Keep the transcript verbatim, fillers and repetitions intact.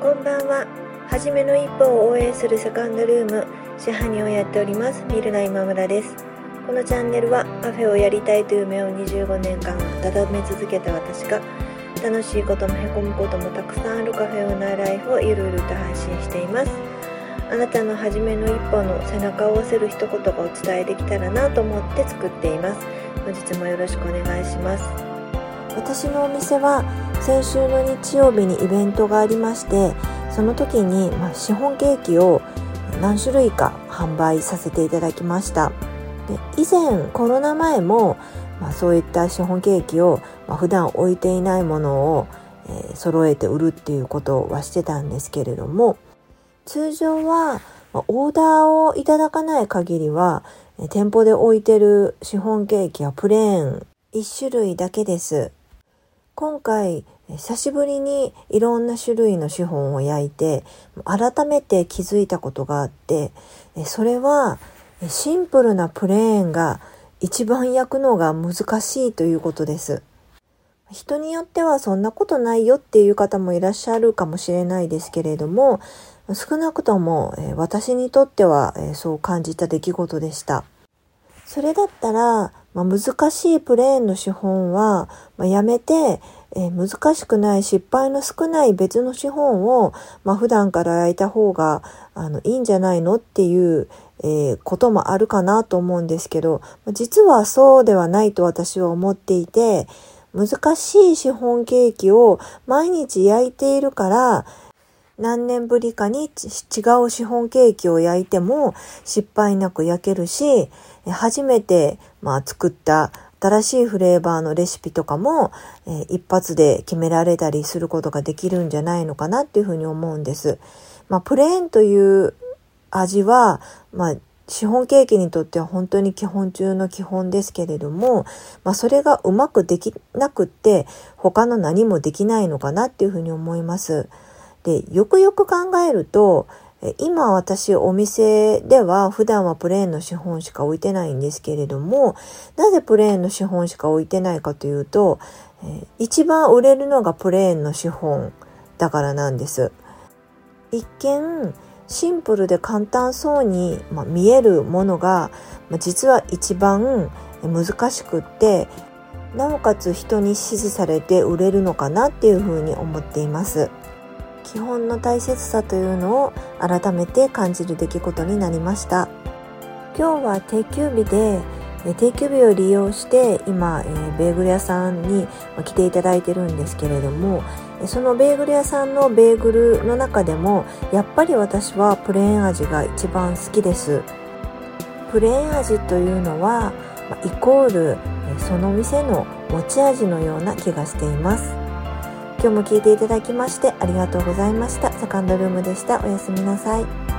こんばんは。はじめの一歩を応援するセカンドルーム支配人をやっておりますミルナ今村です。このチャンネルはカフェをやりたいという夢をにじゅうごねんかん温め続けた私が楽しいこともへこむこともたくさんあるカフェオーナーライフをゆるゆると配信しています。あなたのはじめの一歩の背中を押せる一言がお伝えできたらなと思って作っています。本日もよろしくお願いします。私のお店は先週の日曜日にイベントがありまして、その時に、まあ、シフォンケーキを何種類か販売させていただきました。で以前コロナ前も、まあ、そういったシフォンケーキを、まあ、普段置いていないものを、えー、揃えて売るっていうことはしてたんですけれども、通常は、まあ、オーダーをいただかない限りは、えー、店舗で置いてるシフォンケーキはプレーンいち種類だけです。今回久しぶりにいろんな種類のシフォンを焼いて改めて気づいたことがあって、それはシンプルなプレーンが一番焼くのが難しいということです。人によってはそんなことないよっていう方もいらっしゃるかもしれないですけれども、少なくとも私にとってはそう感じた出来事でした。それだったら、まあ、難しいプレーンのシフォンは、まあ、やめて、えー、難しくない失敗の少ない別のシフォンを、まあ、普段から焼いた方があのいいんじゃないのっていう、えー、こともあるかなと思うんですけど、実はそうではないと私は思っていて、難しいシフォンケーキを毎日焼いているから何年ぶりかに違うシフォンケーキを焼いても失敗なく焼けるし、初めて、まあ、作った新しいフレーバーのレシピとかも、えー、一発で決められたりすることができるんじゃないのかなっていうふうに思うんです。まあ、プレーンという味は、まあ、シフォンケーキにとっては本当に基本中の基本ですけれども、まあ、それがうまくできなくって他の何もできないのかなっていうふうに思います。で、よくよく考えると、今私お店では普段はプレーンのシフォンしか置いてないんですけれども、なぜプレーンのシフォンしか置いてないかというと、えー、一番売れるのがプレーンのシフォンだからなんです。一見シンプルで簡単そうに、まあ、見えるものが、まあ、実は一番難しくって、なおかつ人に支持されて売れるのかなっていうふうに思っています。基本の大切さというのを改めて感じる出来事になりました。今日は定休日で、定休日を利用して今、えー、ベーグル屋さんに来ていただいてるんですけれども、そのベーグル屋さんのベーグルの中でもやっぱり私はプレーン味が一番好きです。プレーン味というのはイコールその店の持ち味のような気がしています。今日も聞いていただきましてありがとうございました。セカンドルームでした。おやすみなさい。